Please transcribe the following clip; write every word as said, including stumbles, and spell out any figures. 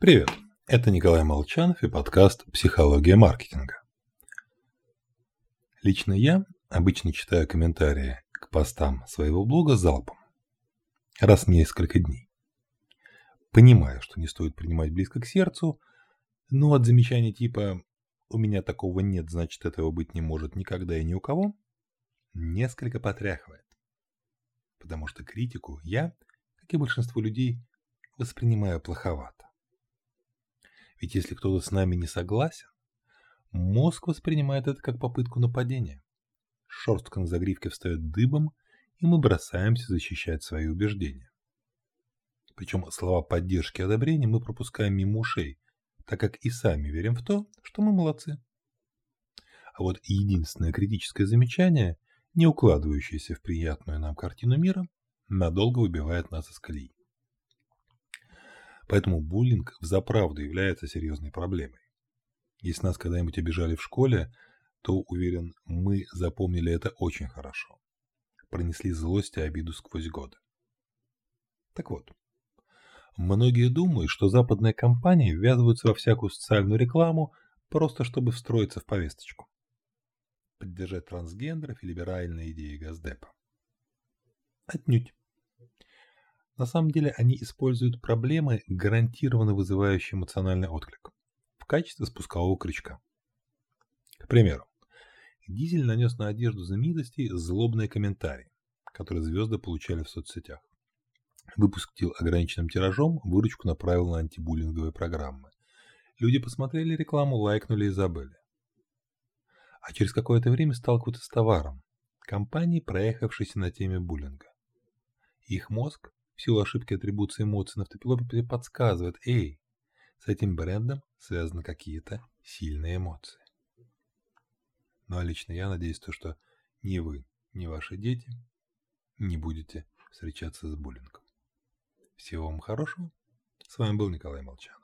Привет, это Николай Молчанов и подкаст «Психология маркетинга». Лично я обычно читаю комментарии к постам своего блога залпом, раз в несколько дней. Понимаю, что не стоит принимать близко к сердцу, но от замечаний типа «у меня такого нет, значит этого быть не может никогда и ни у кого» несколько потряхивает. Потому что критику я, как и большинство людей, воспринимаю плоховато. Ведь если кто-то с нами не согласен, мозг воспринимает это как попытку нападения. Шерстка на загривке встает дыбом, и мы бросаемся защищать свои убеждения. Причем слова поддержки и одобрения мы пропускаем мимо ушей, так как и сами верим в то, что мы молодцы. А вот единственное критическое замечание, не укладывающееся в приятную нам картину мира, надолго выбивает нас из колеи. Поэтому буллинг взаправду является серьезной проблемой. Если нас когда-нибудь обижали в школе, то, уверен, мы запомнили это очень хорошо. Пронесли злость и обиду сквозь годы. Так вот, многие думают, что западные компании ввязываются во всякую социальную рекламу, просто чтобы встроиться в повесточку. Поддержать трансгендеров и либеральные идеи Госдепа. Отнюдь. На самом деле они используют проблемы, гарантированно вызывающие эмоциональный отклик, в качестве спускового крючка. К примеру, Дизель нанес на одежду знаменитостей злобные комментарии, которые звезды получали в соцсетях. Выпустил ограниченным тиражом, выручку направил на антибуллинговые программы. Люди посмотрели рекламу, лайкнули и забыли. А через какое-то время сталкиваются с товаром, компанией, проехавшейся на теме буллинга. Их мозг, в силу ошибки атрибуции эмоций на автопилоте, подсказывает: эй, с этим брендом связаны какие-то сильные эмоции. Ну а лично я надеюсь, то, что ни вы, ни ваши дети не будете встречаться с буллингом. Всего вам хорошего. С вами был Николай Молчанов.